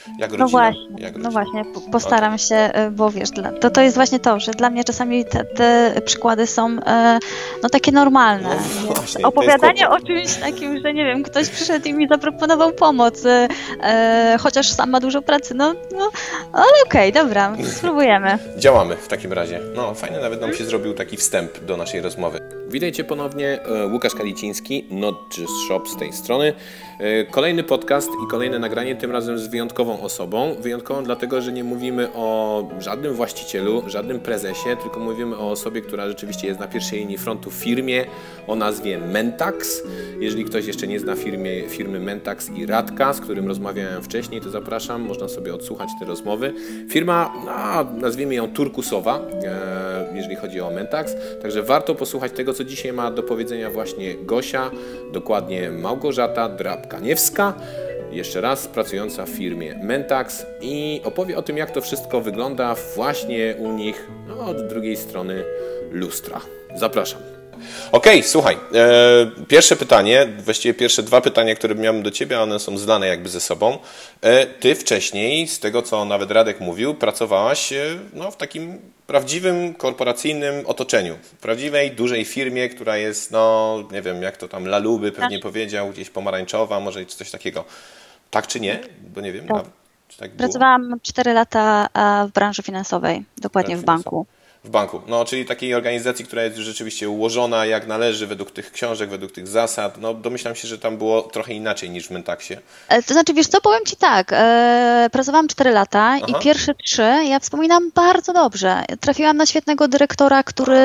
Jak No rodzina? właśnie, Jak no rodzina? właśnie, postaram się, bo wiesz, to jest właśnie to, że dla mnie czasami te przykłady są no takie normalne. No Więc właśnie, to jest opowiadanie kłopot. o czymś takim, że nie wiem, ktoś przyszedł i mi zaproponował pomoc, chociaż sam ma dużo pracy, no ale okej, dobra, spróbujemy. Działamy w takim razie. No, fajnie nawet nam się zrobił taki wstęp do naszej rozmowy. Witajcie ponownie, Łukasz Kaliciński, Not Just Shop z tej strony. Kolejny podcast i kolejne nagranie, tym razem z wyjątkową osobą. Wyjątkową dlatego, że nie mówimy o żadnym właścicielu, żadnym prezesie, tylko mówimy o osobie, która rzeczywiście jest na pierwszej linii frontu w firmie o nazwie Mentax. Jeżeli ktoś jeszcze nie zna firmy Mentax i Radka, z którym rozmawiałem wcześniej, to zapraszam, można sobie odsłuchać te rozmowy. Firma, nazwijmy ją turkusowa, jeżeli chodzi o Mentax, także warto posłuchać tego, co dzisiaj ma do powiedzenia właśnie Gosia, dokładnie Małgorzata Drabkaniewska, jeszcze raz pracująca w firmie Mentax i opowie o tym, jak to wszystko wygląda właśnie u nich od drugiej strony lustra. Zapraszam. Okej, słuchaj, pierwsze pytanie, właściwie pierwsze dwa pytania, które miałem do Ciebie, one są zlane jakby ze sobą. Ty wcześniej, z tego co nawet Radek mówił, pracowałaś w takim prawdziwym, korporacyjnym otoczeniu, w prawdziwej, dużej firmie, która jest, nie wiem, jak to tam Laluby pewnie powiedział, gdzieś pomarańczowa, może coś takiego. Tak czy nie? Bo nie wiem, Tak. czy tak było? Pracowałam 4 lata w branży finansowej, dokładnie w banku. W banku, czyli takiej organizacji, która jest rzeczywiście ułożona jak należy, według tych książek, według tych zasad. Domyślam się, że tam było trochę inaczej niż w Mentaxie. To znaczy, wiesz co, powiem Ci tak, pracowałam 4 lata i pierwsze 3 ja wspominam bardzo dobrze. Trafiłam na świetnego dyrektora,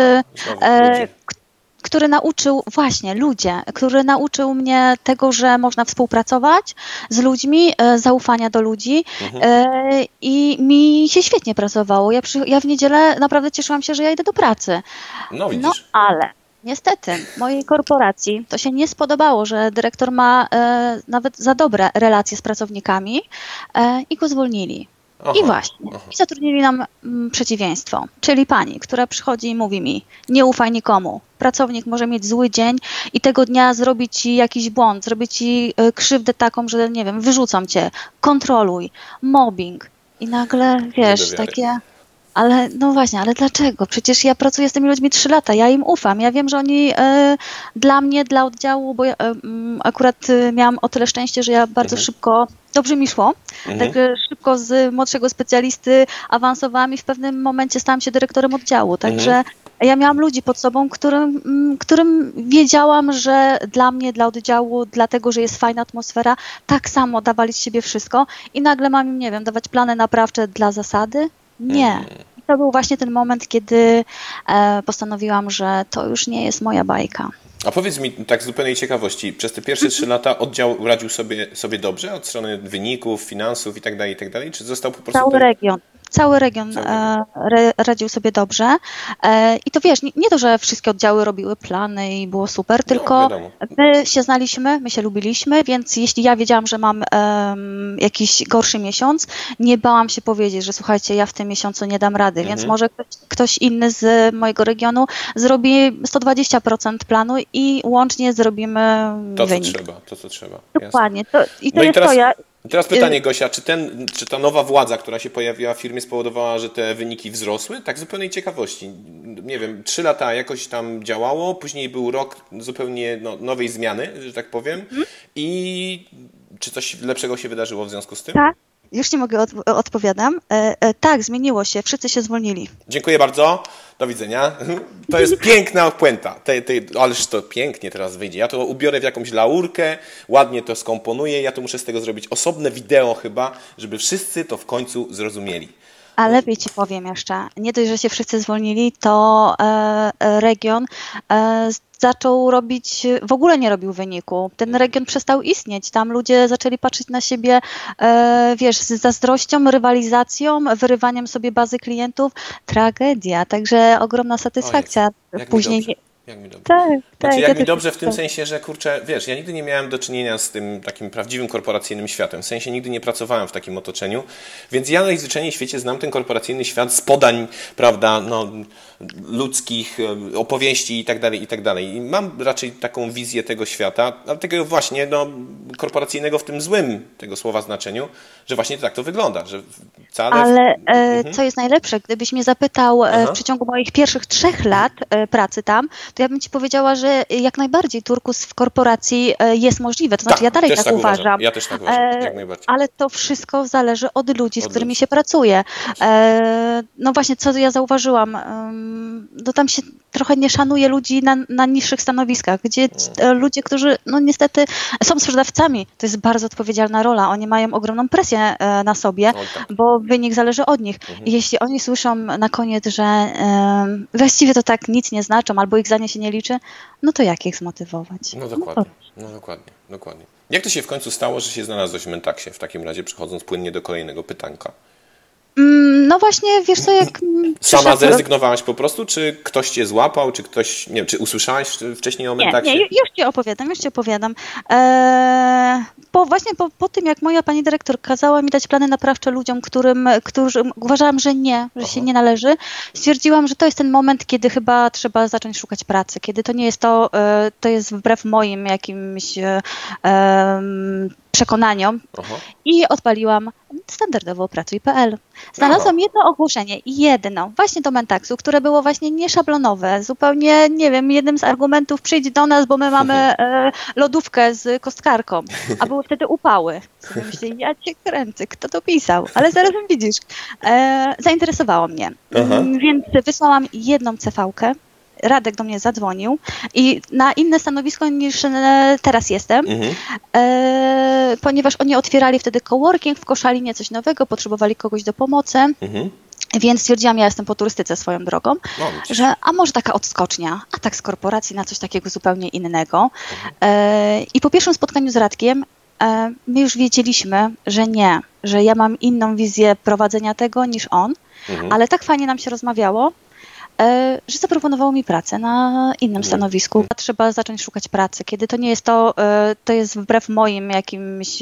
który nauczył, właśnie ludzie, który nauczył mnie tego, że można współpracować z ludźmi, zaufania do ludzi i mi się świetnie pracowało. Ja w niedzielę naprawdę cieszyłam się, że ja idę do pracy. Widzisz. Ale niestety mojej korporacji to się nie spodobało, że dyrektor ma nawet za dobre relacje z pracownikami i go zwolnili. I właśnie, i zatrudnili nam przeciwieństwo, czyli pani, która przychodzi i mówi mi, nie ufaj nikomu, pracownik może mieć zły dzień i tego dnia zrobić ci jakiś błąd, zrobić ci krzywdę taką, że nie wiem, wyrzucą cię, kontroluj, mobbing i nagle, wiesz, takie... Ale no właśnie, ale dlaczego? Przecież ja pracuję z tymi ludźmi 3 lata, ja im ufam, ja wiem, że oni dla mnie, dla oddziału, bo ja akurat miałam o tyle szczęście, że ja bardzo szybko, dobrze mi szło, tak szybko z młodszego specjalisty awansowałam i w pewnym momencie stałam się dyrektorem oddziału, także ja miałam ludzi pod sobą, którym wiedziałam, że dla mnie, dla oddziału, dlatego, że jest fajna atmosfera, tak samo dawali z siebie wszystko i nagle mam im, nie wiem, dawać plany naprawcze dla zasady? Nie. I to był właśnie ten moment, kiedy postanowiłam, że to już nie jest moja bajka. A powiedz mi, tak z zupełnej ciekawości, przez te pierwsze 3 lata oddział radził sobie dobrze od strony wyników, finansów i tak dalej, czy został po prostu... Cały region radził sobie dobrze i to wiesz, nie to, że wszystkie oddziały robiły plany i było super, tylko my się znaliśmy, my się lubiliśmy, więc jeśli ja wiedziałam, że mam jakiś gorszy miesiąc, nie bałam się powiedzieć, że słuchajcie, ja w tym miesiącu nie dam rady, więc może ktoś inny z mojego regionu zrobi 120% planu i łącznie zrobimy wynik. To, co trzeba. Dokładnie. Teraz pytanie, Gosia, czy ta nowa władza, która się pojawiła w firmie, spowodowała, że te wyniki wzrosły? Tak z zupełnej ciekawości. Nie wiem, 3 lata jakoś tam działało, później był rok zupełnie nowej zmiany, że tak powiem. I czy coś lepszego się wydarzyło w związku z tym? Tak. Już nie mogę, odpowiadam. Tak, zmieniło się, wszyscy się zwolnili. Dziękuję bardzo, do widzenia. To jest piękna puenta, ależ to pięknie teraz wyjdzie. Ja to ubiorę w jakąś laurkę, ładnie to skomponuję, ja to muszę z tego zrobić osobne wideo chyba, żeby wszyscy to w końcu zrozumieli. A lepiej Ci powiem jeszcze, nie dość, że się wszyscy zwolnili, to region zaczął robić, w ogóle nie robił wyniku. Ten region przestał istnieć. Tam ludzie zaczęli patrzeć na siebie, wiesz, z zazdrością, rywalizacją, wyrywaniem sobie bazy klientów. Tragedia. Także ogromna satysfakcja. Jak mi dobrze. Tak, Znaczy, ja jak mi też dobrze w tym tak. sensie, że kurczę, wiesz, ja nigdy nie miałem do czynienia z tym takim prawdziwym korporacyjnym światem. W sensie nigdy nie pracowałem w takim otoczeniu, więc ja najzwyczajniej w świecie znam ten korporacyjny świat z podań, prawda, no, ludzkich, opowieści i tak dalej, i tak dalej. I mam raczej taką wizję tego świata, ale tego właśnie, no, korporacyjnego w tym złym tego słowa znaczeniu, że właśnie tak to wygląda, że wcale... Ale co jest najlepsze, gdybyś mnie zapytał w przeciągu moich pierwszych 3 lat pracy tam, to ja bym ci powiedziała, że jak najbardziej turkus w korporacji jest możliwy. To znaczy ja dalej też tak tak uważam. Ja też tak uważam, jak najbardziej. Ale to wszystko zależy od ludzi, z Od którymi ludzi. się pracuje. No właśnie, co ja zauważyłam, no tam się trochę nie szanuje ludzi na niższych stanowiskach, gdzie ludzie, którzy no niestety są sprzedawcami, to jest bardzo odpowiedzialna rola. Oni mają ogromną presję na sobie, bo wynik zależy od nich. I jeśli oni słyszą na koniec, że właściwie to tak nic nie znaczą, albo ich zdanie się nie liczy, no to jak ich zmotywować? No dokładnie. Jak to się w końcu stało, że się znalazłeś w Mentaksie w takim razie, przechodząc płynnie do kolejnego pytanka? No właśnie, wiesz co, jak... Sama zrezygnowałaś po prostu, czy ktoś cię złapał, czy ktoś, nie wiem, czy usłyszałaś wcześniej o Mentaksie? Nie, już ci opowiadam. Po tym, jak moja pani dyrektor kazała mi dać plany naprawcze ludziom, którzy uważałam, że się nie należy, stwierdziłam, że to jest ten moment, kiedy chyba trzeba zacząć szukać pracy, kiedy to nie jest to jest wbrew moim jakimś przekonaniom i odpaliłam standardowo pracuj.pl. Znalazłam jedno ogłoszenie, właśnie do Mentaksu, które było właśnie nieszablonowe, zupełnie, nie wiem, jednym z argumentów przyjdź do nas, bo my mamy lodówkę z kostkarką, a były wtedy upały. Sobie myślę, ja cię kręcę, kto to pisał? Ale zarazem widzisz, zainteresowało mnie, więc wysłałam jedną CV-kę. Radek do mnie zadzwonił i na inne stanowisko niż teraz jestem, ponieważ oni otwierali wtedy coworking w Koszalinie, coś nowego, potrzebowali kogoś do pomocy, więc stwierdziłam, ja jestem po turystyce swoją drogą, że a może taka odskocznia, a tak z korporacji na coś takiego zupełnie innego. I po pierwszym spotkaniu z Radkiem my już wiedzieliśmy, że nie, że ja mam inną wizję prowadzenia tego niż on, ale tak fajnie nam się rozmawiało, że zaproponowało mi pracę na innym stanowisku. Trzeba zacząć szukać pracy, kiedy to nie jest to jest wbrew moim jakimś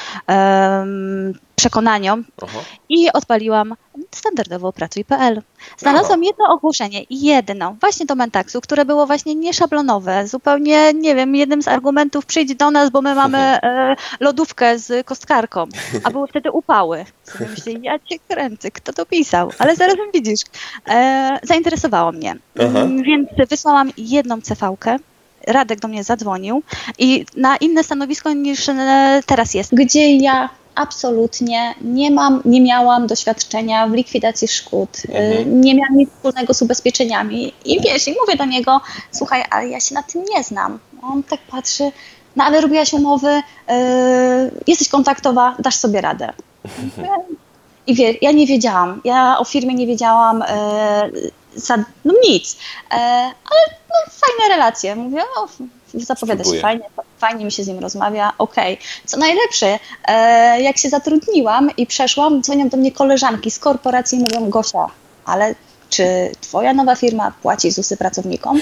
przekonaniom i odpaliłam standardowo pracuj.pl. Znalazłam jedno ogłoszenie, właśnie do Mentaksu, które było właśnie nieszablonowe, zupełnie, nie wiem, jednym z argumentów przyjdź do nas, bo my mamy lodówkę z kostkarką, a były wtedy upały. Sobie myślę, ja cię kręcę, kto to pisał? Ale zarazem widzisz, zainteresowało mnie, więc wysłałam jedną CV-kę. Radek do mnie zadzwonił i na inne stanowisko niż teraz jest, gdzie ja absolutnie nie miałam doświadczenia w likwidacji szkód, nie miałam nic wspólnego z ubezpieczeniami i wiesz, i mówię do niego, słuchaj, ale ja się na tym nie znam. On tak patrzy, no ale robiłaś umowy, jesteś kontaktowa, dasz sobie radę. I wiesz, ja nie wiedziałam, ja o firmie nie wiedziałam nic, ale fajne relacje, mówię, zapowiada się fajnie mi się z nim rozmawia, okej. Co najlepsze, jak się zatrudniłam i przeszłam, dzwonią do mnie koleżanki z korporacji i mówią, Gosia, ale czy twoja nowa firma płaci ZUS-y pracownikom?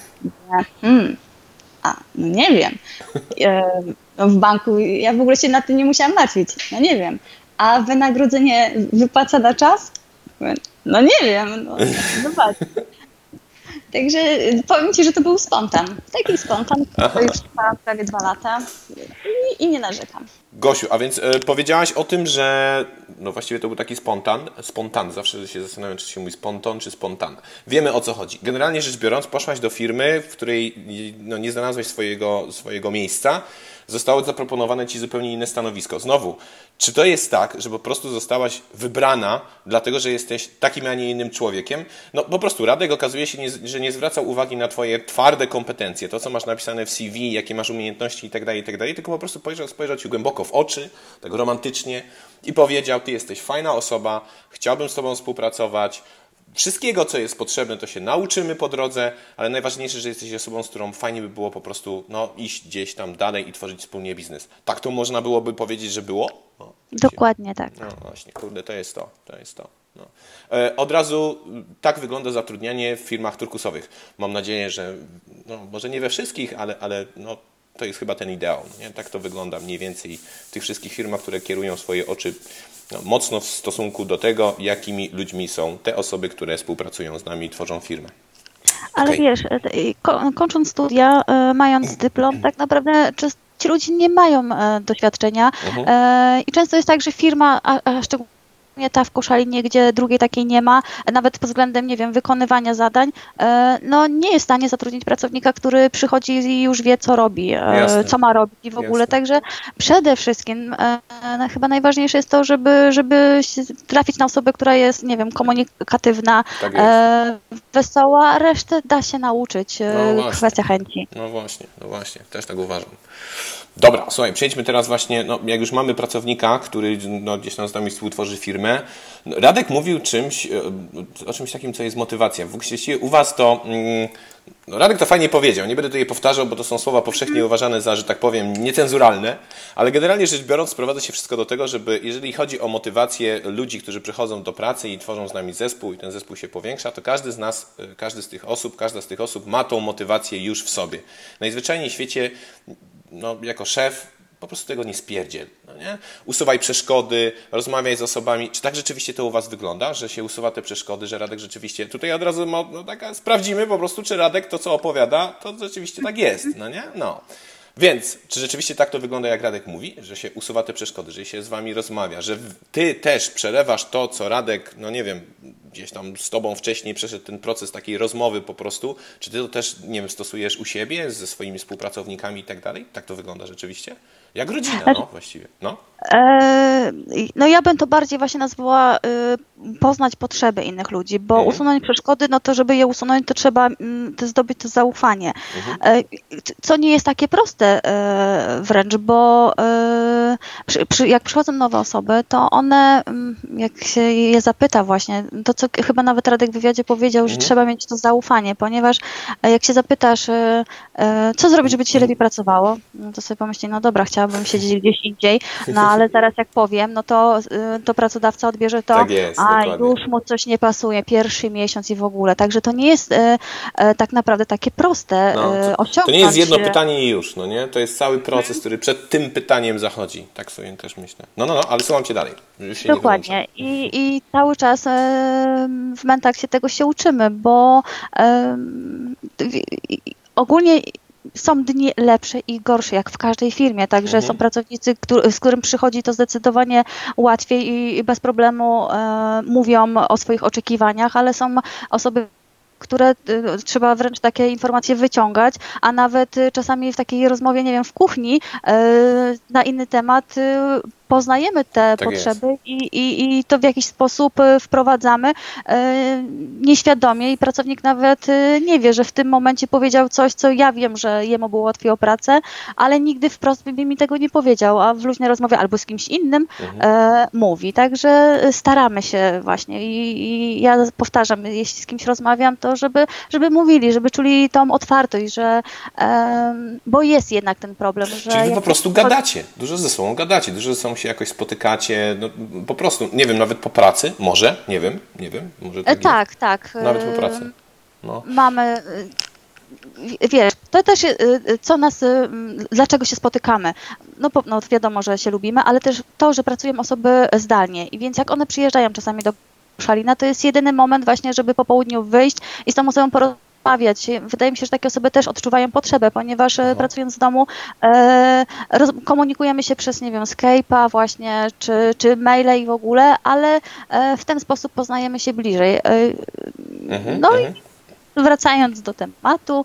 No nie wiem. W banku ja w ogóle się nad tym nie musiałam martwić, no nie wiem. A wynagrodzenie wypłaca na czas? No nie wiem, zobacz. Także powiem ci, że to był spontan. Taki spontan, to już trwa prawie 2 lata i nie narzekam. Gosiu, a więc powiedziałaś o tym, że no właściwie to był taki spontan. Zawsze się zastanawiam, czy się mówi spontan, czy spontan. Wiemy, o co chodzi. Generalnie rzecz biorąc, poszłaś do firmy, w której no, nie znalazłeś swojego miejsca. Zostało zaproponowane ci zupełnie inne stanowisko. Znowu, czy to jest tak, że po prostu zostałaś wybrana, dlatego że jesteś takim, a nie innym człowiekiem? No po prostu Radek okazuje się, że nie zwracał uwagi na twoje twarde kompetencje, to co masz napisane w CV, jakie masz umiejętności itd., tylko po prostu spojrzał ci głęboko w oczy, tak romantycznie i powiedział, ty jesteś fajna osoba, chciałbym z tobą współpracować, wszystkiego, co jest potrzebne, to się nauczymy po drodze, ale najważniejsze, że jesteś osobą, z którą fajnie by było po prostu iść gdzieś tam dalej i tworzyć wspólnie biznes. Tak to można byłoby powiedzieć, że było? Dokładnie tak. No właśnie, kurde, to jest to. No. Od razu tak wygląda zatrudnianie w firmach turkusowych. Mam nadzieję, że może nie we wszystkich, ale to jest chyba ten ideał. Nie? Tak to wygląda mniej więcej w tych wszystkich firmach, które kierują swoje oczy mocno w stosunku do tego, jakimi ludźmi są te osoby, które współpracują z nami i tworzą firmę. Ale wiesz, kończąc studia, mając dyplom, tak naprawdę ci ludzie nie mają doświadczenia i często jest tak, że firma, a szczególnie ta w Koszalinie, gdzie drugiej takiej nie ma, nawet pod względem, nie wiem, wykonywania zadań, nie jest w stanie zatrudnić pracownika, który przychodzi i już wie, co robi, co ma robić i w ogóle. Także przede wszystkim chyba najważniejsze jest to, żeby trafić na osobę, która jest, nie wiem, komunikatywna, tak wesoła, resztę da się nauczyć, kwestia chęci. No właśnie, też tak uważam. Dobra, słuchaj, przejdźmy teraz właśnie, jak już mamy pracownika, który gdzieś tam z nami współtworzy firmę. Radek mówił o czymś takim, co jest motywacja. Właściwie u was to, Radek to fajnie powiedział, nie będę tutaj powtarzał, bo to są słowa powszechnie uważane za, że tak powiem, niecenzuralne, ale generalnie rzecz biorąc sprowadza się wszystko do tego, żeby, jeżeli chodzi o motywację ludzi, którzy przychodzą do pracy i tworzą z nami zespół i ten zespół się powiększa, to każdy z nas, każda z tych osób ma tą motywację już w sobie. Najzwyczajniej w świecie jako szef po prostu tego nie spierdziel. Nie? Usuwaj przeszkody, rozmawiaj z osobami. Czy tak rzeczywiście to u was wygląda, że się usuwa te przeszkody, że Radek rzeczywiście... Tutaj od razu sprawdzimy po prostu, czy Radek to, co opowiada, to rzeczywiście tak jest. Nie? Więc, czy rzeczywiście tak to wygląda, jak Radek mówi, że się usuwa te przeszkody, że się z wami rozmawia, że ty też przelewasz to, co Radek, nie wiem, gdzieś tam z tobą wcześniej przeszedł ten proces takiej rozmowy po prostu, czy ty to też, nie wiem, stosujesz u siebie, ze swoimi współpracownikami i tak dalej? Tak to wygląda rzeczywiście? Jak rodzina, właściwie. Ja bym to bardziej właśnie nazwała poznać potrzeby innych ludzi, bo usunąć przeszkody, to żeby je usunąć, to trzeba zdobyć to zaufanie. Co nie jest takie proste wręcz, bo jak przychodzą nowe osoby, to one, jak się je zapyta właśnie, to co chyba nawet Radek w wywiadzie powiedział, że trzeba mieć to zaufanie, ponieważ jak się zapytasz, co zrobić, żeby ci się lepiej pracowało, to sobie pomyśli, dobra, chciałabym siedzieć gdzieś indziej, ale zaraz jak powiem, to pracodawca odbierze to, tak jest, już mu coś nie pasuje, pierwszy miesiąc i w ogóle. Także to nie jest tak naprawdę takie proste osiągnąć. To nie jest jedno pytanie i już, nie? To jest cały proces, który przed tym pytaniem zachodzi. Tak sobie też myślę. Ale słucham cię dalej. Dokładnie. I cały czas w Mentaksie tego się uczymy, bo ogólnie są dni lepsze i gorsze, jak w każdej firmie, także są pracownicy, z którym przychodzi to zdecydowanie łatwiej i bez problemu mówią o swoich oczekiwaniach, ale są osoby, które trzeba wręcz takie informacje wyciągać, a nawet czasami w takiej rozmowie, nie wiem, w kuchni na inny temat poznajemy te potrzeby i to w jakiś sposób wprowadzamy nieświadomie i pracownik nawet nie wie, że w tym momencie powiedział coś, co ja wiem, że jemu było łatwiej o pracę, ale nigdy wprost by mi tego nie powiedział, a w luźnej rozmowie albo z kimś innym mówi. Także staramy się właśnie i ja powtarzam, jeśli z kimś rozmawiam, to żeby mówili, żeby czuli tą otwartość, że bo jest jednak ten problem, że... Czyli wy po prostu gadacie, dużo ze sobą gadacie, dużo ze sobą się jakoś spotykacie, po prostu, nie wiem, nawet po pracy, może, nie wiem, może tak. Tak. Nawet po pracy. Mamy, wiesz, to też dlaczego się spotykamy? Wiadomo, że się lubimy, ale też to, że pracują osoby zdalnie i więc jak one przyjeżdżają czasami do Koszalina, to jest jedyny moment właśnie, żeby po południu wyjść i z tą osobą porozmawiać. Wydaje mi się, że takie osoby też odczuwają potrzebę, ponieważ pracując w domu komunikujemy się przez, nie wiem, Skype'a właśnie, czy maile i w ogóle, ale w ten sposób poznajemy się bliżej. I wracając do tematu,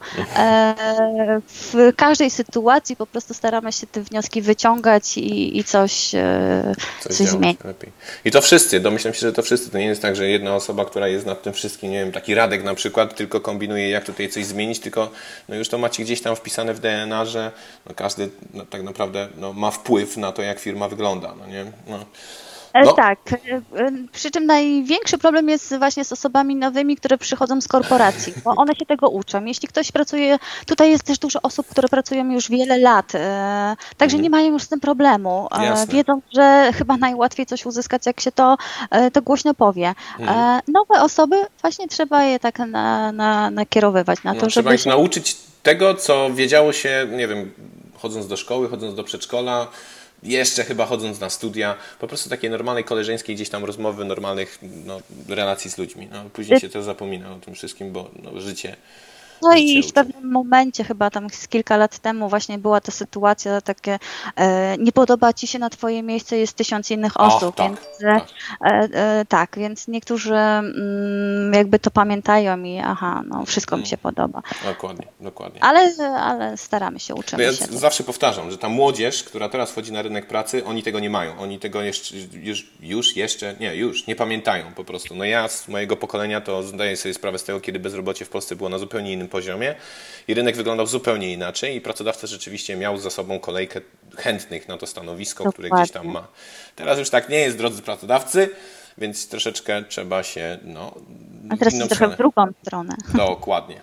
w każdej sytuacji po prostu staramy się te wnioski wyciągać i coś zmienić. Lepiej. I to wszyscy, domyślam się, że to wszyscy. To nie jest tak, że jedna osoba, która jest nad tym wszystkim, nie wiem, taki Radek na przykład, tylko kombinuje, jak tutaj coś zmienić, tylko już to macie gdzieś tam wpisane w DNA, że każdy tak naprawdę ma wpływ na to, jak firma wygląda. Nie? No, Tak, przy czym największy problem jest właśnie z osobami nowymi, które przychodzą z korporacji, bo one się tego uczą. Jeśli ktoś pracuje, tutaj jest też dużo osób, które pracują już wiele lat, także nie mają już z tym problemu. Jasne. Wiedzą, że chyba najłatwiej coś uzyskać, jak się to głośno powie. Nowe osoby, właśnie trzeba je tak nakierowywać na to, trzeba żeby ich nauczyć tego, co wiedziało się, nie wiem, chodząc do szkoły, chodząc do przedszkola, jeszcze chyba chodząc na studia, po prostu takiej normalnej koleżeńskiej gdzieś tam rozmowy, normalnych relacji z ludźmi. Później się to zapomina o tym wszystkim, bo życie. No życie i w uczy. pewnym momencie, chyba tam z kilka lat temu właśnie była ta sytuacja takie, nie podoba ci się na twoje miejsce, jest 1000 innych osób, tak, więc tak. więc niektórzy jakby to pamiętają i wszystko mi się podoba. Dokładnie. Ale staramy się, uczymy Ja się. zawsze powtarzam, że ta młodzież, która teraz wchodzi na rynek pracy, oni tego nie mają. Oni tego już nie pamiętają po prostu. No ja z mojego pokolenia to zdaję sobie sprawę z tego, kiedy bezrobocie w Polsce było na zupełnie innym poziomie i rynek wyglądał zupełnie inaczej i pracodawca rzeczywiście miał za sobą kolejkę chętnych na to stanowisko, które gdzieś tam ma. Teraz już tak nie jest, drodzy pracodawcy, więc troszeczkę trzeba się A teraz jest trochę w drugą stronę. Dokładnie.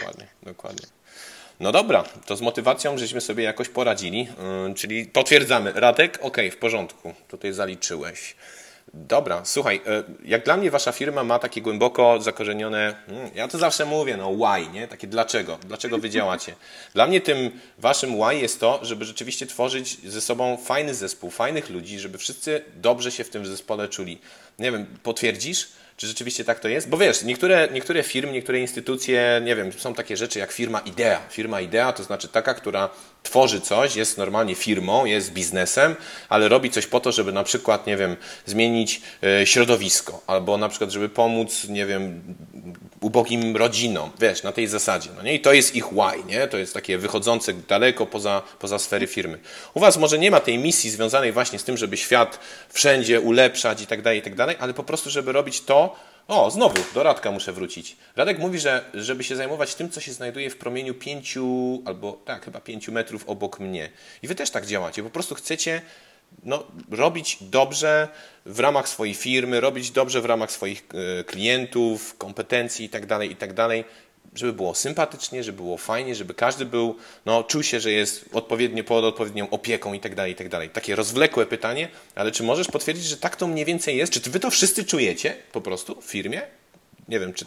No dobra, to z motywacją żeśmy sobie jakoś poradzili, czyli potwierdzamy. Radek, okej, w porządku, tutaj zaliczyłeś. Dobra, słuchaj, jak dla mnie wasza firma ma takie głęboko zakorzenione, ja to zawsze mówię, why, nie? Takie dlaczego wy działacie. Dla mnie tym waszym why jest to, żeby rzeczywiście tworzyć ze sobą fajny zespół, fajnych ludzi, żeby wszyscy dobrze się w tym zespole czuli. Nie wiem, potwierdzisz? Czy rzeczywiście tak to jest? Bo wiesz, niektóre firmy, niektóre instytucje, nie wiem, są takie rzeczy jak firma idea. Firma idea to znaczy taka, która tworzy coś, jest normalnie firmą, jest biznesem, ale robi coś po to, żeby na przykład, nie wiem, zmienić środowisko, albo na przykład, żeby pomóc, nie wiem, ubogim rodzinom, wiesz, na tej zasadzie. No nie? I to jest ich why, nie? To jest takie wychodzące daleko poza sfery firmy. U was może nie ma tej misji związanej właśnie z tym, żeby świat wszędzie ulepszać i tak dalej, ale po prostu, żeby robić to. O, znowu, do Radka muszę wrócić. Radek mówi, że żeby się zajmować tym, co się znajduje w promieniu 5 albo chyba 5 metrów obok mnie. I wy też tak działacie, po prostu chcecie robić dobrze w ramach swojej firmy, robić dobrze w ramach swoich klientów, kompetencji i tak dalej, żeby było sympatycznie, żeby było fajnie, żeby każdy był, czuł się, że jest pod odpowiednią opieką i tak dalej. Takie rozwlekłe pytanie, ale czy możesz potwierdzić, że tak to mniej więcej jest? Czy wy to wszyscy czujecie po prostu w firmie? Nie wiem, czy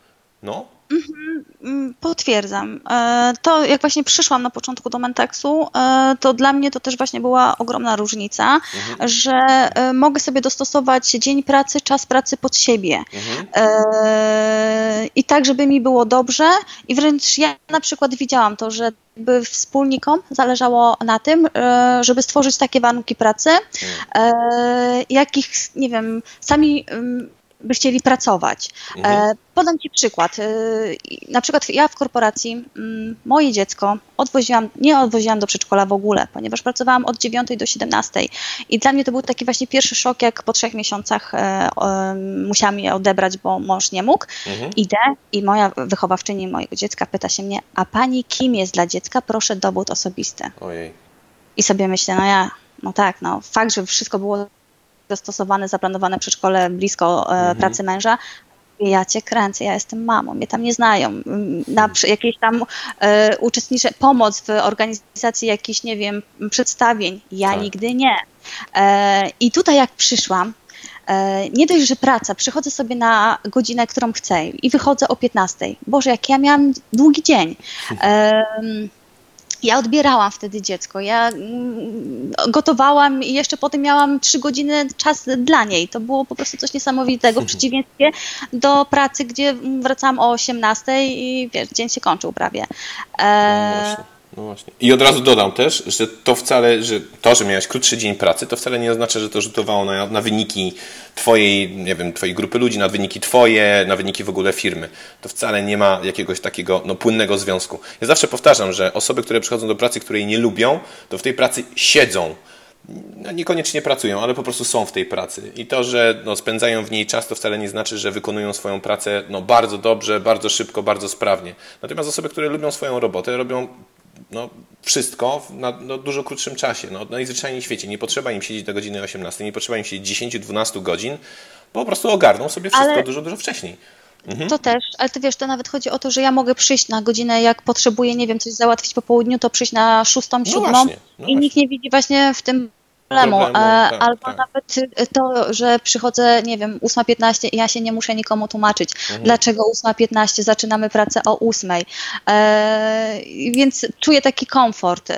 Potwierdzam. To jak właśnie przyszłam na początku do Mentexu, to dla mnie to też właśnie była ogromna różnica, że mogę sobie dostosować dzień pracy, czas pracy pod siebie. I tak, żeby mi było dobrze i wręcz ja na przykład widziałam to, że wspólnikom zależało na tym, żeby stworzyć takie warunki pracy, jakich, nie wiem, sami by chcieli pracować. Podam ci przykład. Na przykład ja w korporacji moje dziecko nie odwoziłam do przedszkola w ogóle, ponieważ pracowałam od 9 do 17 i dla mnie to był taki właśnie pierwszy szok, jak po 3 miesiącach musiałam je odebrać, bo mąż nie mógł. Idę i moja wychowawczyni mojego dziecka pyta się mnie, a pani kim jest dla dziecka? Proszę dowód osobisty. Ojej. I sobie myślę, fakt, że wszystko było dostosowane, zaplanowane przedszkole blisko pracy męża. Ja cię kręcę, ja jestem mamą, mnie tam nie znają. Na jakieś tam uczestniczę, pomoc w organizacji jakichś, nie wiem, przedstawień. Ja nigdy nie. I tutaj jak przyszłam, nie dość, że praca, przychodzę sobie na godzinę, którą chcę i wychodzę o 15. Boże, jak ja miałam długi dzień. Ja odbierałam wtedy dziecko, ja gotowałam i jeszcze potem miałam 3 godziny czas dla niej. To było po prostu coś niesamowitego w przeciwieństwie do pracy, gdzie wracałam o 18 i wiesz, dzień się kończył prawie. No właśnie. I od razu dodam też, że to wcale, że miałeś krótszy dzień pracy, to wcale nie oznacza, że to rzutowało na wyniki twojej, nie wiem, twojej grupy ludzi, na wyniki twoje, na wyniki w ogóle firmy. To wcale nie ma jakiegoś takiego płynnego związku. Ja zawsze powtarzam, że osoby, które przychodzą do pracy, której nie lubią, to w tej pracy siedzą. Niekoniecznie pracują, ale po prostu są w tej pracy. I to, że spędzają w niej czas, to wcale nie znaczy, że wykonują swoją pracę bardzo dobrze, bardzo szybko, bardzo sprawnie. Natomiast osoby, które lubią swoją robotę, robią no, wszystko na dużo krótszym czasie. No, najzwyczajniej w świecie. Nie potrzeba im siedzieć do godziny 18, nie potrzeba im siedzieć 10-12 godzin, po prostu ogarną sobie wszystko dużo wcześniej. To też, ale ty wiesz, to nawet chodzi o to, że ja mogę przyjść na godzinę, jak potrzebuję, nie wiem, coś załatwić po południu, to przyjść na 6, 7 i nikt nie widzi właśnie w tym problemu. Albo nawet to, że przychodzę, nie wiem, 8:15 i ja się nie muszę nikomu tłumaczyć, dlaczego 8:15, zaczynamy pracę o 8. Więc czuję taki komfort.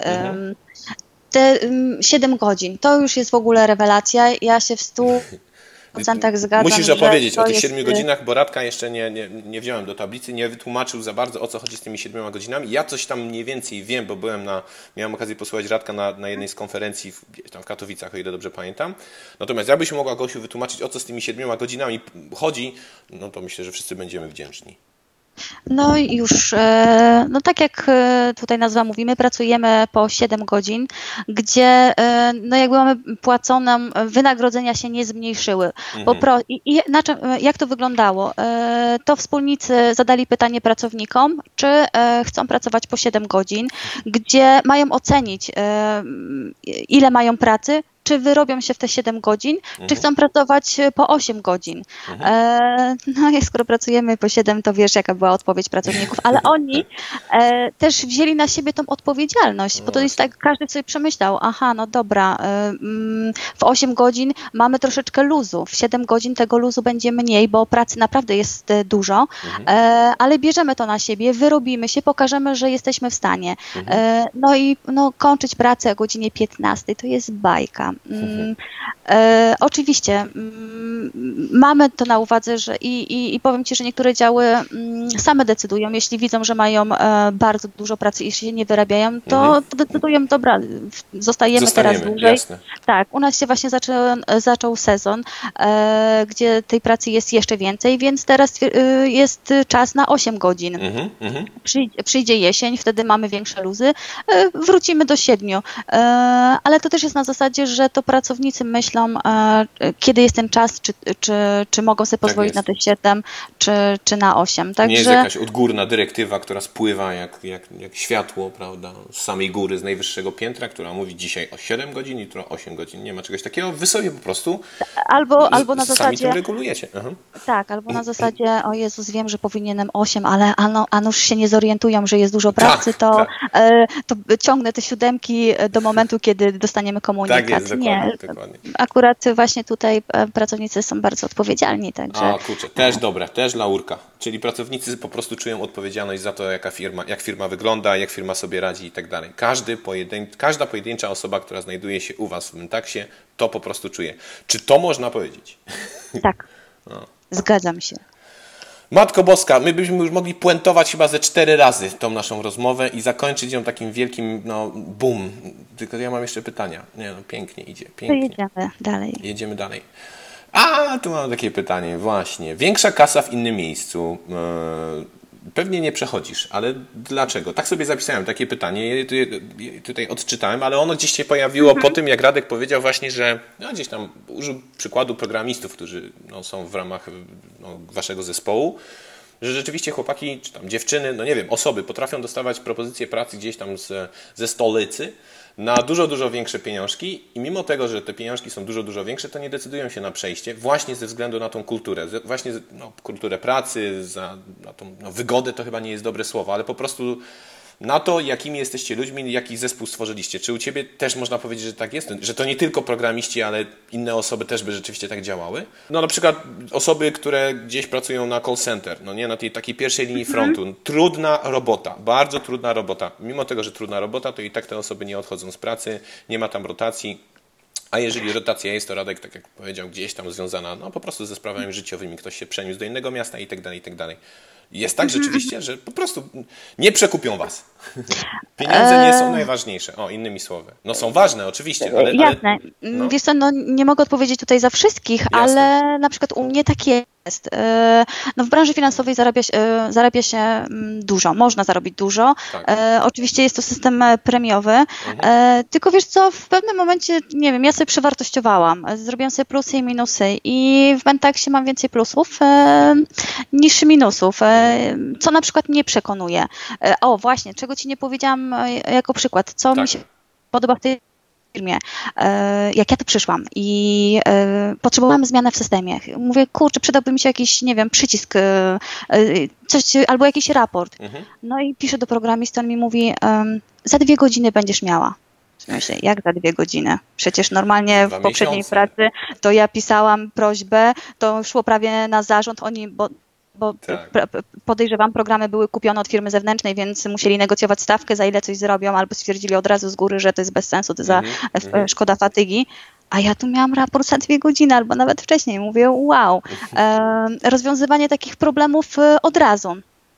Te 7 godzin, to już jest w ogóle rewelacja. Ja się w 100% zgadzam. Musisz opowiedzieć o tych 7 godzinach, bo Radka jeszcze nie wziąłem do tablicy, nie wytłumaczył za bardzo, o co chodzi z tymi 7 godzinami. Ja coś tam mniej więcej wiem, bo miałem okazję posłuchać Radka na jednej z konferencji tam w Katowicach, o ile dobrze pamiętam. Natomiast jakbyś mogła, Gosiu, wytłumaczyć, o co z tymi 7 godzinami chodzi, no to myślę, że wszyscy będziemy wdzięczni. No i już, no tak jak tutaj nazwa mówimy, pracujemy po 7 godzin, gdzie no jakby mamy płacone, wynagrodzenia się nie zmniejszyły. Jak to wyglądało? To wspólnicy zadali pytanie pracownikom, czy chcą pracować po 7 godzin, gdzie mają ocenić, ile mają pracy, czy wyrobią się w te 7 godzin, czy chcą pracować po 8 godzin. No i skoro pracujemy po 7, to wiesz, jaka była odpowiedź pracowników, ale oni też wzięli na siebie tą odpowiedzialność, bo to jest tak, każdy sobie przemyślał, aha, no dobra, w 8 godzin mamy troszeczkę luzu, w 7 godzin tego luzu będzie mniej, bo pracy naprawdę jest dużo, ale bierzemy to na siebie, wyrobimy się, pokażemy, że jesteśmy w stanie. No i kończyć pracę o godzinie 15 to jest bajka. Oczywiście mamy to na uwadze, że i powiem Ci, że niektóre działy same decydują, jeśli widzą, że mają bardzo dużo pracy i się nie wyrabiają, to decydują, dobra, zostajemy teraz dłużej. Jasne. Tak, u nas się właśnie zaczął sezon, gdzie tej pracy jest jeszcze więcej, więc teraz jest czas na 8 godzin. Przyjdzie jesień, wtedy mamy większe luzy, wrócimy do 7, ale to też jest na zasadzie, że to pracownicy myślą, kiedy jest ten czas, czy mogą sobie pozwolić na te 7, czy na 8. Także... Nie jest jakaś odgórna dyrektywa, która spływa jak światło, prawda, z samej góry, z najwyższego piętra, która mówi dzisiaj o 7 godzin, jutro 8 godzin. Nie ma czegoś takiego. Wy sobie po prostu albo na zasadzie, sami tym regulujecie. Tak, albo na zasadzie, o Jezus, wiem, że powinienem 8, ale a nuż się nie zorientują, że jest dużo pracy, to ciągnę te 7 do momentu, kiedy dostaniemy komunikat. Tak jest, dokładnie. Akurat właśnie tutaj pracownicy są bardzo odpowiedzialni, także... O kurczę, też dobra, też laurka. Czyli pracownicy po prostu czują odpowiedzialność za to, jak firma wygląda, jak firma sobie radzi i tak dalej. Każda pojedyncza osoba, która znajduje się u Was w Myntaksie, to po prostu czuje. Czy to można powiedzieć? Tak, zgadzam się. Matko Boska, my byśmy już mogli puentować chyba ze 4 razy tą naszą rozmowę i zakończyć ją takim wielkim, boom. Tylko ja mam jeszcze pytania. Pięknie idzie. Pięknie. To jedziemy dalej. Jedziemy dalej. Tu mam takie pytanie, właśnie. Większa kasa w innym miejscu. Pewnie nie przechodzisz, ale dlaczego? Tak sobie zapisałem takie pytanie, tutaj odczytałem, ale ono gdzieś się pojawiło po tym, jak Radek powiedział właśnie, że gdzieś tam użył przykładu programistów, którzy są w ramach waszego zespołu, że rzeczywiście chłopaki, czy tam dziewczyny, nie wiem, osoby potrafią dostawać propozycje pracy gdzieś tam ze stolicy na dużo, dużo większe pieniążki i mimo tego, że te pieniążki są dużo, dużo większe, to nie decydują się na przejście właśnie ze względu na tą kulturę. Właśnie kulturę pracy, na tą wygodę to chyba nie jest dobre słowo, ale po prostu na to, jakimi jesteście ludźmi, jaki zespół stworzyliście. Czy u Ciebie też można powiedzieć, że tak jest? Że to nie tylko programiści, ale inne osoby też by rzeczywiście tak działały? Na przykład osoby, które gdzieś pracują na call center, na tej takiej pierwszej linii frontu. Trudna robota, bardzo trudna robota. Mimo tego, że trudna robota, to i tak te osoby nie odchodzą z pracy, nie ma tam rotacji. A jeżeli rotacja jest, to Radek, tak jak powiedział, gdzieś tam związana po prostu ze sprawami życiowymi. Ktoś się przeniósł do innego miasta i tak dalej, i tak dalej. Jest tak rzeczywiście, że po prostu nie przekupią was. Pieniądze nie są najważniejsze. Innymi słowy. Są ważne oczywiście, ale... Jasne. Wiesz co, nie mogę odpowiedzieć tutaj za wszystkich, ale na przykład u mnie tak jest. No w branży finansowej zarabia się dużo, można zarobić dużo. Tak. Oczywiście jest to system premiowy, tylko wiesz co, w pewnym momencie, nie wiem, ja sobie przewartościowałam, zrobiłam sobie plusy i minusy i w Mentaxie mam więcej plusów niż minusów, co na przykład mnie przekonuje. O właśnie, czego ci nie powiedziałam jako przykład, co mi się podoba w tej firmie, jak ja tu przyszłam i potrzebowałam zmiany w systemie. Mówię, kurczę, przydałby mi się jakiś, nie wiem, przycisk, coś, albo jakiś raport. No i piszę do programisty, on mi mówi, za 2 godziny będziesz miała. Myślę, jak za 2 godziny? Przecież normalnie w poprzedniej pracy to ja pisałam prośbę, to szło prawie na zarząd, oni, bo podejrzewam, programy były kupione od firmy zewnętrznej, więc musieli negocjować stawkę, za ile coś zrobią, albo stwierdzili od razu z góry, że to jest bez sensu, to szkoda fatygi. A ja tu miałam raport za 2 godziny, albo nawet wcześniej. Mówię, wow, rozwiązywanie takich problemów od razu.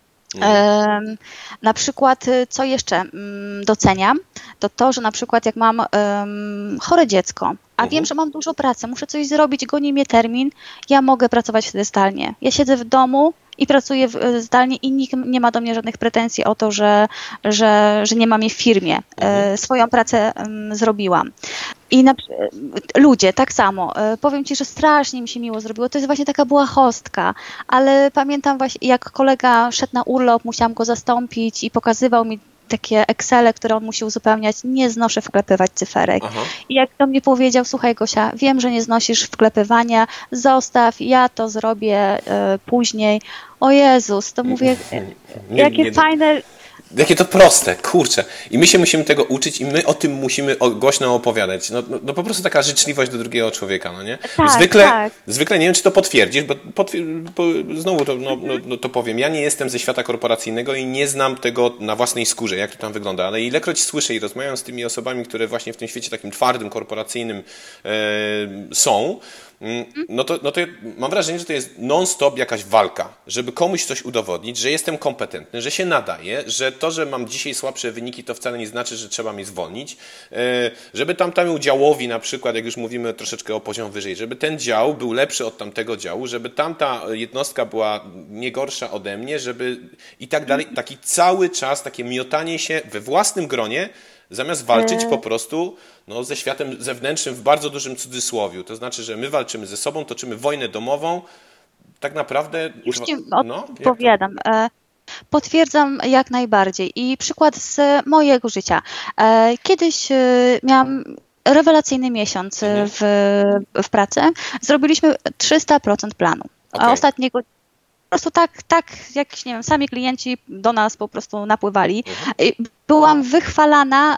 Na przykład, co jeszcze doceniam, to, że na przykład jak mam chore dziecko, a wiem, że mam dużo pracy, muszę coś zrobić, goni mnie termin, ja mogę pracować wtedy zdalnie. Ja siedzę w domu i pracuję zdalnie i nikt nie ma do mnie żadnych pretensji o to, że nie mam jej w firmie. Swoją pracę zrobiłam. I ludzie tak samo. Powiem ci, że strasznie mi się miło zrobiło. To jest właśnie taka była hostka, ale pamiętam właśnie, jak kolega szedł na urlop, musiałam go zastąpić i pokazywał mi takie Excele, które on musi uzupełniać. Nie znoszę wklepywać cyferek. I jak do mnie powiedział, słuchaj Gosia, wiem, że nie znosisz wklepywania, zostaw, ja to zrobię później. O Jezus, to mówię, jakie fajne... Jakie to proste, kurczę. I my się musimy tego uczyć i my o tym musimy głośno opowiadać. No po prostu taka życzliwość do drugiego człowieka, no nie? Zwykle nie wiem, czy to potwierdzisz, bo znowu to powiem. Ja nie jestem ze świata korporacyjnego i nie znam tego na własnej skórze, jak to tam wygląda, ale ilekroć słyszę i rozmawiam z tymi osobami, które właśnie w tym świecie takim twardym, korporacyjnym są, no to mam wrażenie, że to jest non-stop jakaś walka, żeby komuś coś udowodnić, że jestem kompetentny, że się nadaje, że to, że mam dzisiaj słabsze wyniki, to wcale nie znaczy, że trzeba mnie zwolnić, żeby tamtemu działowi na przykład, jak już mówimy troszeczkę o poziom wyżej, żeby ten dział był lepszy od tamtego działu, żeby tamta jednostka była nie gorsza ode mnie, żeby i tak dalej. Taki cały czas takie miotanie się we własnym gronie, zamiast walczyć po prostu ze światem zewnętrznym w bardzo dużym cudzysłowiu. To znaczy, że my walczymy ze sobą, toczymy wojnę domową. Tak naprawdę... Już ci odpowiadam. Potwierdzam jak najbardziej. I przykład z mojego życia. Kiedyś miałam rewelacyjny miesiąc w pracy. Zrobiliśmy 300% planu. A ostatniego po prostu tak jak, nie wiem, sami klienci do nas po prostu napływali. Byłam wychwalana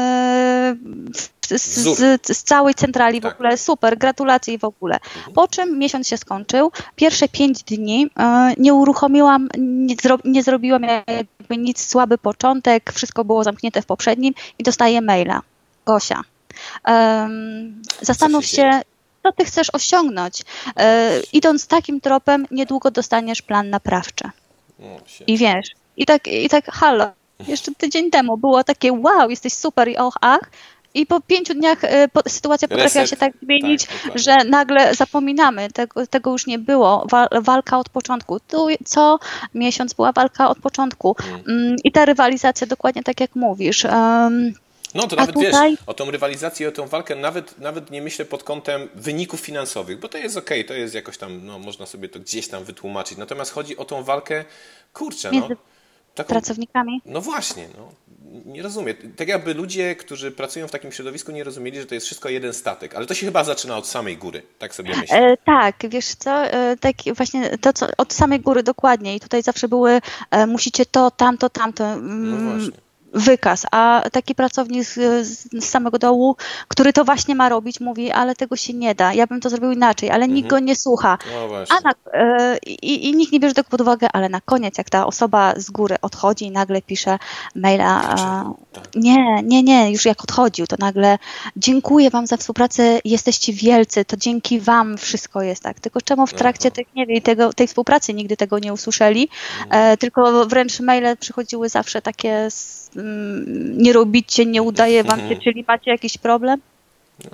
z całej centrali, w ogóle super, gratulacje i w ogóle. Po czym miesiąc się skończył, pierwsze 5 dni nie uruchomiłam, nie zrobiłam jakby nic, słaby początek, wszystko było zamknięte w poprzednim i dostaję maila. Gosia, zastanów się, co ty chcesz osiągnąć. Idąc takim tropem, niedługo dostaniesz plan naprawczy. I wiesz, i tak halo, jeszcze tydzień temu było takie wow, jesteś super i ach, i po 5 dniach sytuacja potrafiła się tak zmienić, że nagle zapominamy, tego już nie było. Walka od początku. Tu co miesiąc była walka od początku. I ta rywalizacja dokładnie tak jak mówisz. No to nawet wiesz, o tą rywalizację, o tą walkę nawet nie myślę pod kątem wyników finansowych, bo to jest okej, to jest jakoś tam, można sobie to gdzieś tam wytłumaczyć. Natomiast chodzi o tą walkę, kurczę, taką, pracownikami? No właśnie, nie rozumiem. Tak jakby ludzie, którzy pracują w takim środowisku, nie rozumieli, że to jest wszystko jeden statek, ale to się chyba zaczyna od samej góry, tak sobie myślę. Tak, wiesz co, tak właśnie to, co od samej góry dokładnie i tutaj zawsze były, musicie to, tamto. No właśnie. Wykaz, a taki pracownik z samego dołu, który to właśnie ma robić, mówi, ale tego się nie da, ja bym to zrobił inaczej, ale nikt go nie słucha. No właśnie. I nikt nie bierze tego pod uwagę, ale na koniec, jak ta osoba z góry odchodzi i nagle pisze maila, nie, już jak odchodził, to nagle dziękuję wam za współpracę, jesteście wielcy, to dzięki wam wszystko jest tak. Tylko czemu w trakcie tej współpracy nigdy tego nie usłyszeli, tylko wręcz maile przychodziły zawsze takie nie robicie, nie udaje wam się, czyli macie jakiś problem?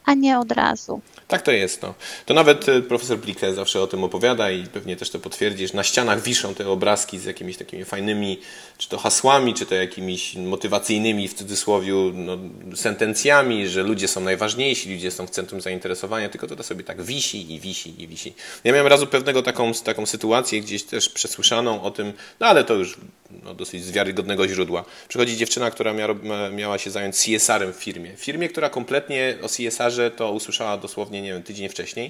a nie od razu. Tak to jest. No. To nawet profesor Blicke zawsze o tym opowiada i pewnie też to potwierdzisz. Na ścianach wiszą te obrazki z jakimiś takimi fajnymi, czy to hasłami, czy to jakimiś motywacyjnymi, w cudzysłowie, no, sentencjami, że ludzie są najważniejsi, ludzie są w centrum zainteresowania, tylko to sobie tak wisi i wisi i wisi. Ja miałem razu pewnego taką sytuację, gdzieś też przesłyszaną o tym, no ale to już dosyć z wiarygodnego źródła. Przychodzi dziewczyna, która miała się zająć CSR-em w firmie, która kompletnie o CSR-ze to usłyszała dosłownie, nie wiem, tydzień wcześniej.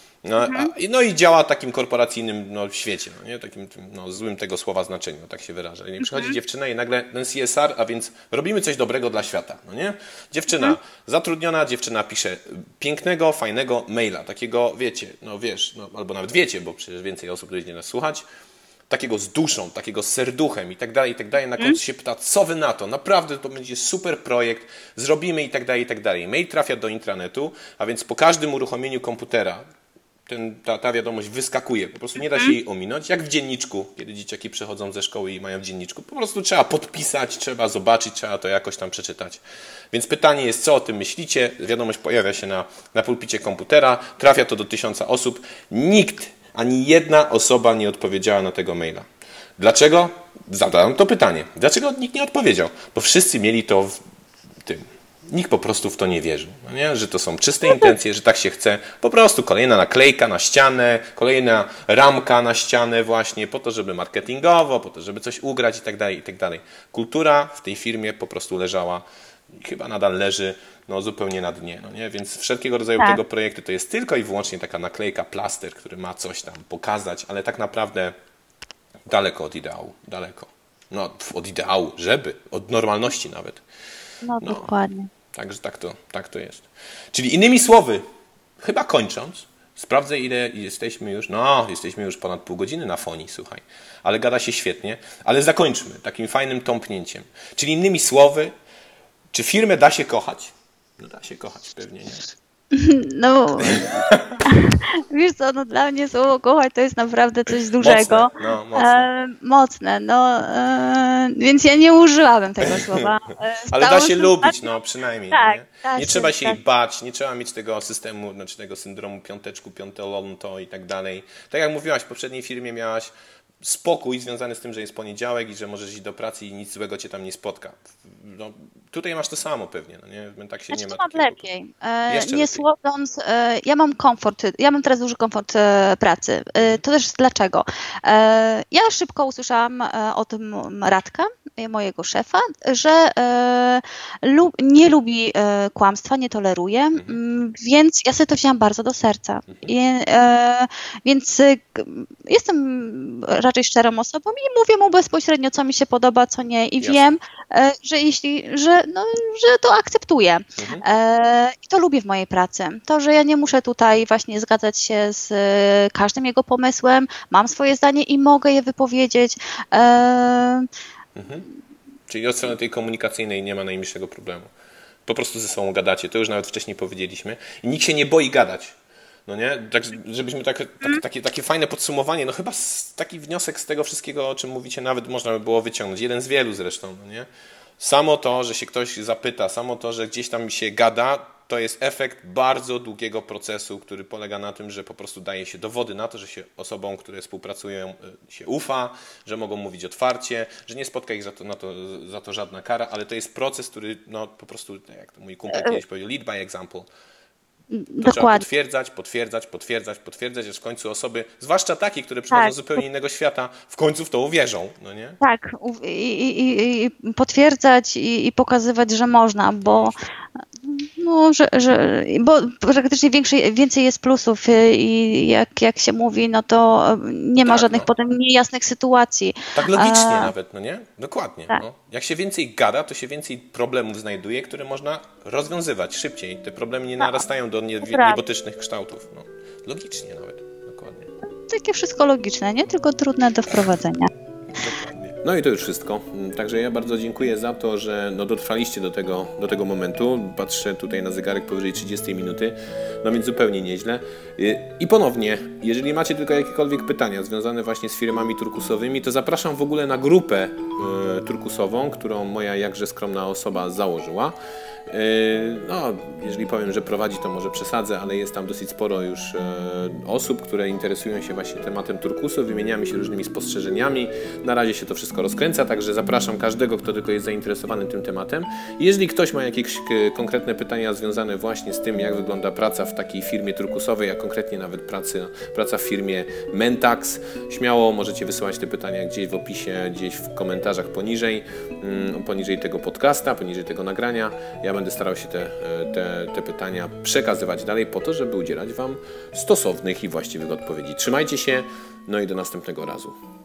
No i działa w takim korporacyjnym świecie, no nie? Takim złym tego słowa znaczeniu, tak się wyraża. I przychodzi dziewczyna i nagle ten CSR, a więc robimy coś dobrego dla świata, no nie? Dziewczyna zatrudniona, dziewczyna pisze pięknego, fajnego maila, takiego wiecie, albo nawet wiecie, bo przecież więcej osób będzie nas słuchać, takiego z duszą, takiego z serduchem i tak dalej, na końcu się pyta, co wy na to, naprawdę to będzie super projekt, zrobimy i tak dalej. Mail trafia do intranetu, a więc po każdym uruchomieniu komputera ta wiadomość wyskakuje, po prostu nie da się jej ominąć, jak w dzienniczku, kiedy dzieciaki przychodzą ze szkoły i mają w dzienniczku, po prostu trzeba podpisać, trzeba zobaczyć, trzeba to jakoś tam przeczytać. Więc pytanie jest, co o tym myślicie? Wiadomość pojawia się na pulpicie komputera, trafia to do 1000 osób, ani jedna osoba nie odpowiedziała na tego maila. Dlaczego? Zadałem to pytanie. Dlaczego nikt nie odpowiedział? Bo wszyscy mieli to w tym. Nikt po prostu w to nie wierzył. No nie? Że to są czyste intencje, że tak się chce. Po prostu kolejna naklejka na ścianę, kolejna ramka na ścianę właśnie po to, żeby marketingowo, po to, żeby coś ugrać i tak dalej. Kultura w tej firmie po prostu leżała i chyba nadal leży zupełnie na dnie. No nie? Więc wszelkiego rodzaju tego projekty to jest tylko i wyłącznie taka naklejka, plaster, który ma coś tam pokazać, ale tak naprawdę daleko od ideału. Daleko. Od ideału, od normalności nawet. Dokładnie. Także tak to jest. Czyli innymi słowy, chyba kończąc, sprawdzę ile jesteśmy już. Jesteśmy już ponad pół godziny na fonii, słuchaj. Ale gada się świetnie. Ale zakończmy takim fajnym tąpnięciem. Czyli innymi słowy, czy firmę da się kochać? Da się kochać, pewnie nie. Wiesz co, dla mnie słowo kochać to jest naprawdę coś dużego. Mocne. Więc ja nie użyłabym tego słowa. Ale da się lubić, przynajmniej. Tak, nie trzeba się jej bać, nie trzeba mieć tego systemu, tego syndromu piąteczku, piątolonto i tak dalej. Tak jak mówiłaś, w poprzedniej firmie miałaś spokój związany z tym, że jest poniedziałek i że możesz iść do pracy i nic złego cię tam nie spotka. Tutaj masz to samo pewnie, nie? Tak się nie ma. Mam lepiej. Nie słodząc, ja mam komfort, ja mam teraz duży komfort pracy. To też dlaczego? Ja szybko usłyszałam o tym Radka, mojego szefa, że nie lubi kłamstwa, nie toleruje, więc ja sobie to wzięłam bardzo do serca. Więc jestem raczej szczerą osobą i mówię mu bezpośrednio, co mi się podoba, co nie i wiem, że to akceptuję. I to lubię w mojej pracy. To, że ja nie muszę tutaj właśnie zgadzać się z każdym jego pomysłem, mam swoje zdanie i mogę je wypowiedzieć. Czyli od strony tej komunikacyjnej nie ma najmniejszego problemu. Po prostu ze sobą gadacie. To już nawet wcześniej powiedzieliśmy. I nikt się nie boi gadać. No nie? Tak, żebyśmy takie fajne podsumowanie, chyba taki wniosek z tego wszystkiego, o czym mówicie, nawet można by było wyciągnąć. Jeden z wielu zresztą, no nie? Samo to, że się ktoś zapyta, samo to, że gdzieś tam się gada, to jest efekt bardzo długiego procesu, który polega na tym, że po prostu daje się dowody na to, że się osobom, które współpracują, się ufa, że mogą mówić otwarcie, że nie spotka ich za to żadna kara, ale to jest proces, który po prostu, jak to mój kumpel kiedyś powiedział, lead by example. To trzeba potwierdzać, aż w końcu osoby, zwłaszcza takie, które przychodzą z zupełnie innego świata, w końcu w to uwierzą, no nie? Tak, i potwierdzać i pokazywać, że można, bo praktycznie więcej jest plusów i jak się mówi, to nie ma żadnych potem niejasnych sytuacji. Tak logicznie nawet, no nie? Dokładnie. Tak. Jak się więcej gada, to się więcej problemów znajduje, które można rozwiązywać szybciej. Te problemy nie narastają do niebotycznych kształtów. Logicznie nawet, dokładnie. Takie wszystko logiczne, nie? Tylko trudne do wprowadzenia. Dokładnie. No i to już wszystko. Także ja bardzo dziękuję za to, że dotrwaliście do tego momentu. Patrzę tutaj na zegarek powyżej 30 minuty, więc zupełnie nieźle. I ponownie, jeżeli macie tylko jakiekolwiek pytania związane właśnie z firmami turkusowymi, to zapraszam w ogóle na grupę turkusową, którą moja jakże skromna osoba założyła. No, jeżeli powiem, że prowadzi, to może przesadzę, ale jest tam dosyć sporo już osób, które interesują się właśnie tematem turkusu, wymieniamy się różnymi spostrzeżeniami. Na razie się to wszystko rozkręca, także zapraszam każdego, kto tylko jest zainteresowany tym tematem. Jeżeli ktoś ma jakieś konkretne pytania związane właśnie z tym, jak wygląda praca w takiej firmie turkusowej, a konkretnie nawet praca w firmie Mentax, śmiało możecie wysyłać te pytania gdzieś w opisie, gdzieś w komentarzach poniżej tego podcasta, poniżej tego nagrania. Ja będę starał się te pytania przekazywać dalej po to, żeby udzielać Wam stosownych i właściwych odpowiedzi. Trzymajcie się, no i do następnego razu.